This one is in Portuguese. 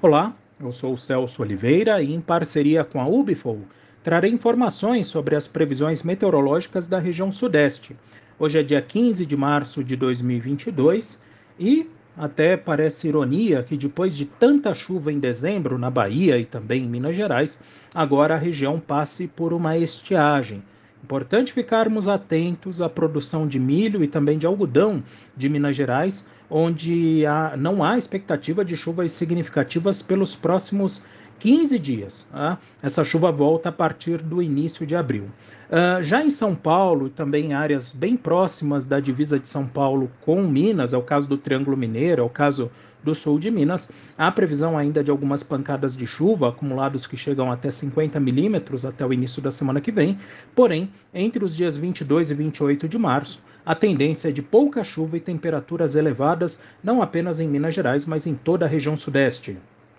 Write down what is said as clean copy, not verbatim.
Olá, eu sou o Celso Oliveira e, em parceria com a UBFOL, trarei informações sobre as previsões meteorológicas da região Sudeste. Hoje é dia 15 de março de 2022 e até parece ironia que depois de tanta chuva em dezembro na Bahia e também em Minas Gerais, agora a região passe por uma estiagem. Importante ficarmos atentos à produção de milho e também de algodão de Minas Gerais, onde não há expectativa de chuvas significativas pelos próximos 15 dias. Tá? Essa chuva volta a partir do início de abril. Já em São Paulo, e também em áreas bem próximas da divisa de São Paulo com Minas, é o caso do Triângulo Mineiro, é o caso do sul de Minas, há previsão ainda de algumas pancadas de chuva, acumulados que chegam até 50 milímetros até o início da semana que vem, porém, entre os dias 22 e 28 de março, a tendência é de pouca chuva e temperaturas elevadas, não apenas em Minas Gerais, mas em toda a região sudeste.